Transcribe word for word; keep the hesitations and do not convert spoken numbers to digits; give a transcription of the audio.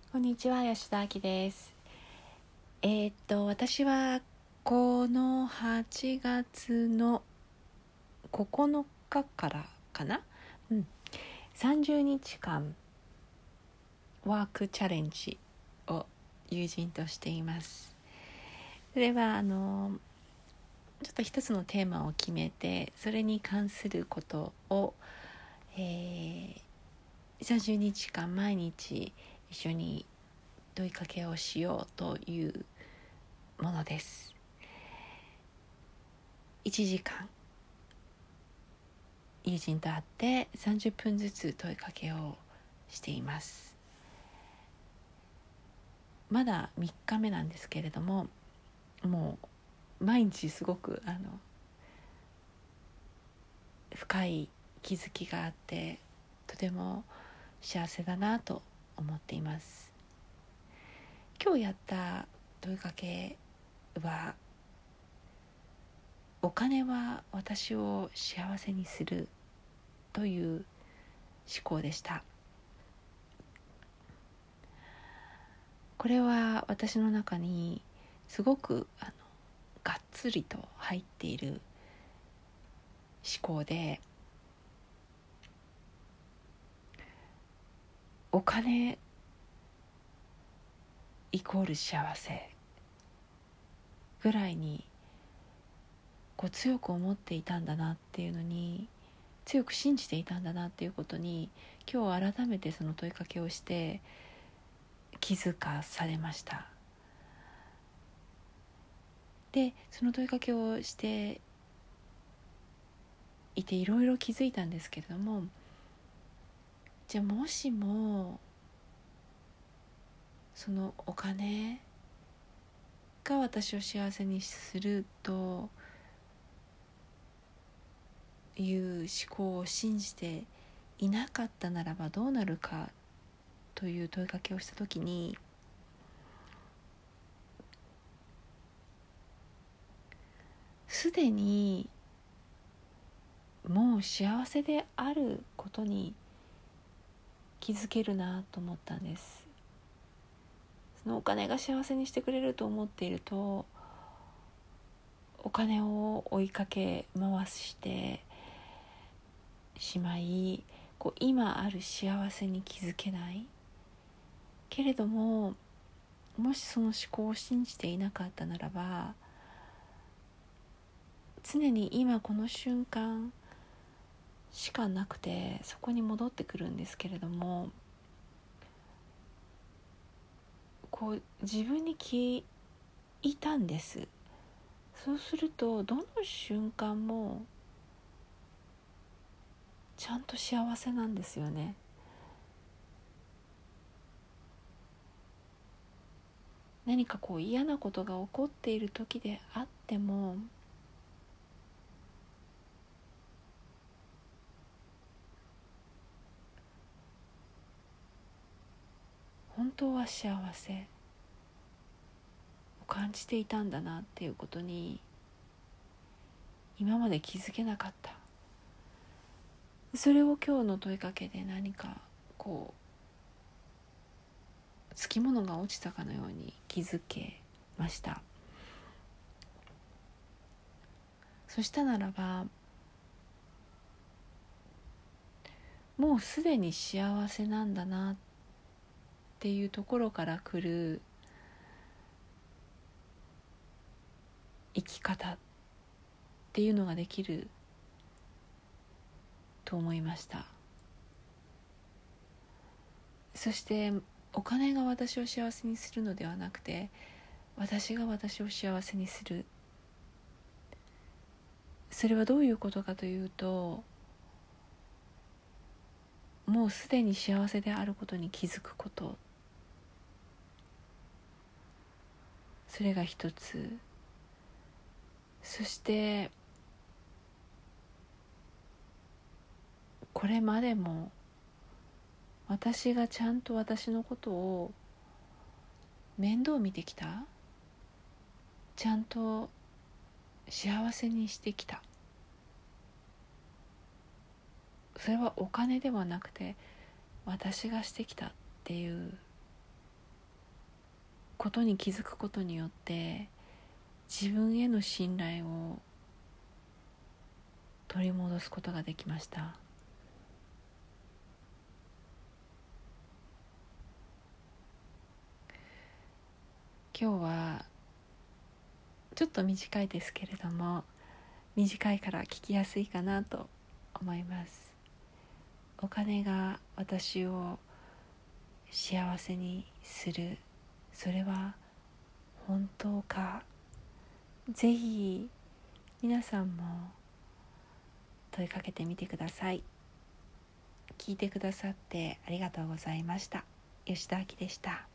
こんにちは、吉田明です。えー、っと私はこのはちがつのここのかからかな、うん、さんじゅうにちかんワークチャレンジを友人としています。それはあのちょっと一つのテーマを決めて、それに関することを、えー、さんじゅうにちかん毎日一緒に問いかけをしようというものです。いちじかん友人と会ってさんじゅっぷんずつ問いかけをしています。まだみっかめなんですけれども、もう毎日すごくあの深い気づきがあって、とても幸せだなと思っています。今日やった問いかけは、お金は私を幸せにするという思考でした。これは私の中にすごくあのがっつりと入っている思考で、お金イコール幸せぐらいにこう強く思っていたんだなっていうのに、強く信じていたんだなっていうことに、今日改めてその問いかけをして気づかされました。でその問いかけをしていていろいろ気づいたんですけれども、じゃあもしもそのお金が私を幸せにするという思考を信じていなかったならばどうなるかという問いかけをしたときに、すでにもう幸せであることに気づけるなと思ったんです。そのお金が幸せにしてくれると思っていると、お金を追いかけ回してしまい、こう今ある幸せに気づけないけれども、もしその思考を信じていなかったならば、常に今この瞬間しかなくて、そこに戻ってくるんですけれども、こう自分に聞いたんです。そうするとどの瞬間もちゃんと幸せなんですよね。何かこう嫌なことが起こっている時であっても、本当は幸せを感じていたんだなっていうことに今まで気づけなかった。それを今日の問いかけで何かこうつきものが落ちたかのように気づけました。そしたならば、もうすでに幸せなんだなっていうところから来る生き方っていうのができると思いました。そしてお金が私を幸せにするのではなくて、私が私を幸せにする。それはどういうことかというと、もうすでに幸せであることに気づくこと、それが一つ。そしてこれまでも私がちゃんと私のことを面倒見てきた、ちゃんと幸せにしてきた。それはお金ではなくて私がしてきたっていうことに気づくことによって自分への信頼を取り戻すことができました。今日はちょっと短いですけれども、短いから聞きやすいかなと思います。お金が私を幸せにする、それは本当か。ぜひ皆さんも問いかけてみてください。聞いてくださってありがとうございました。吉田あきでした。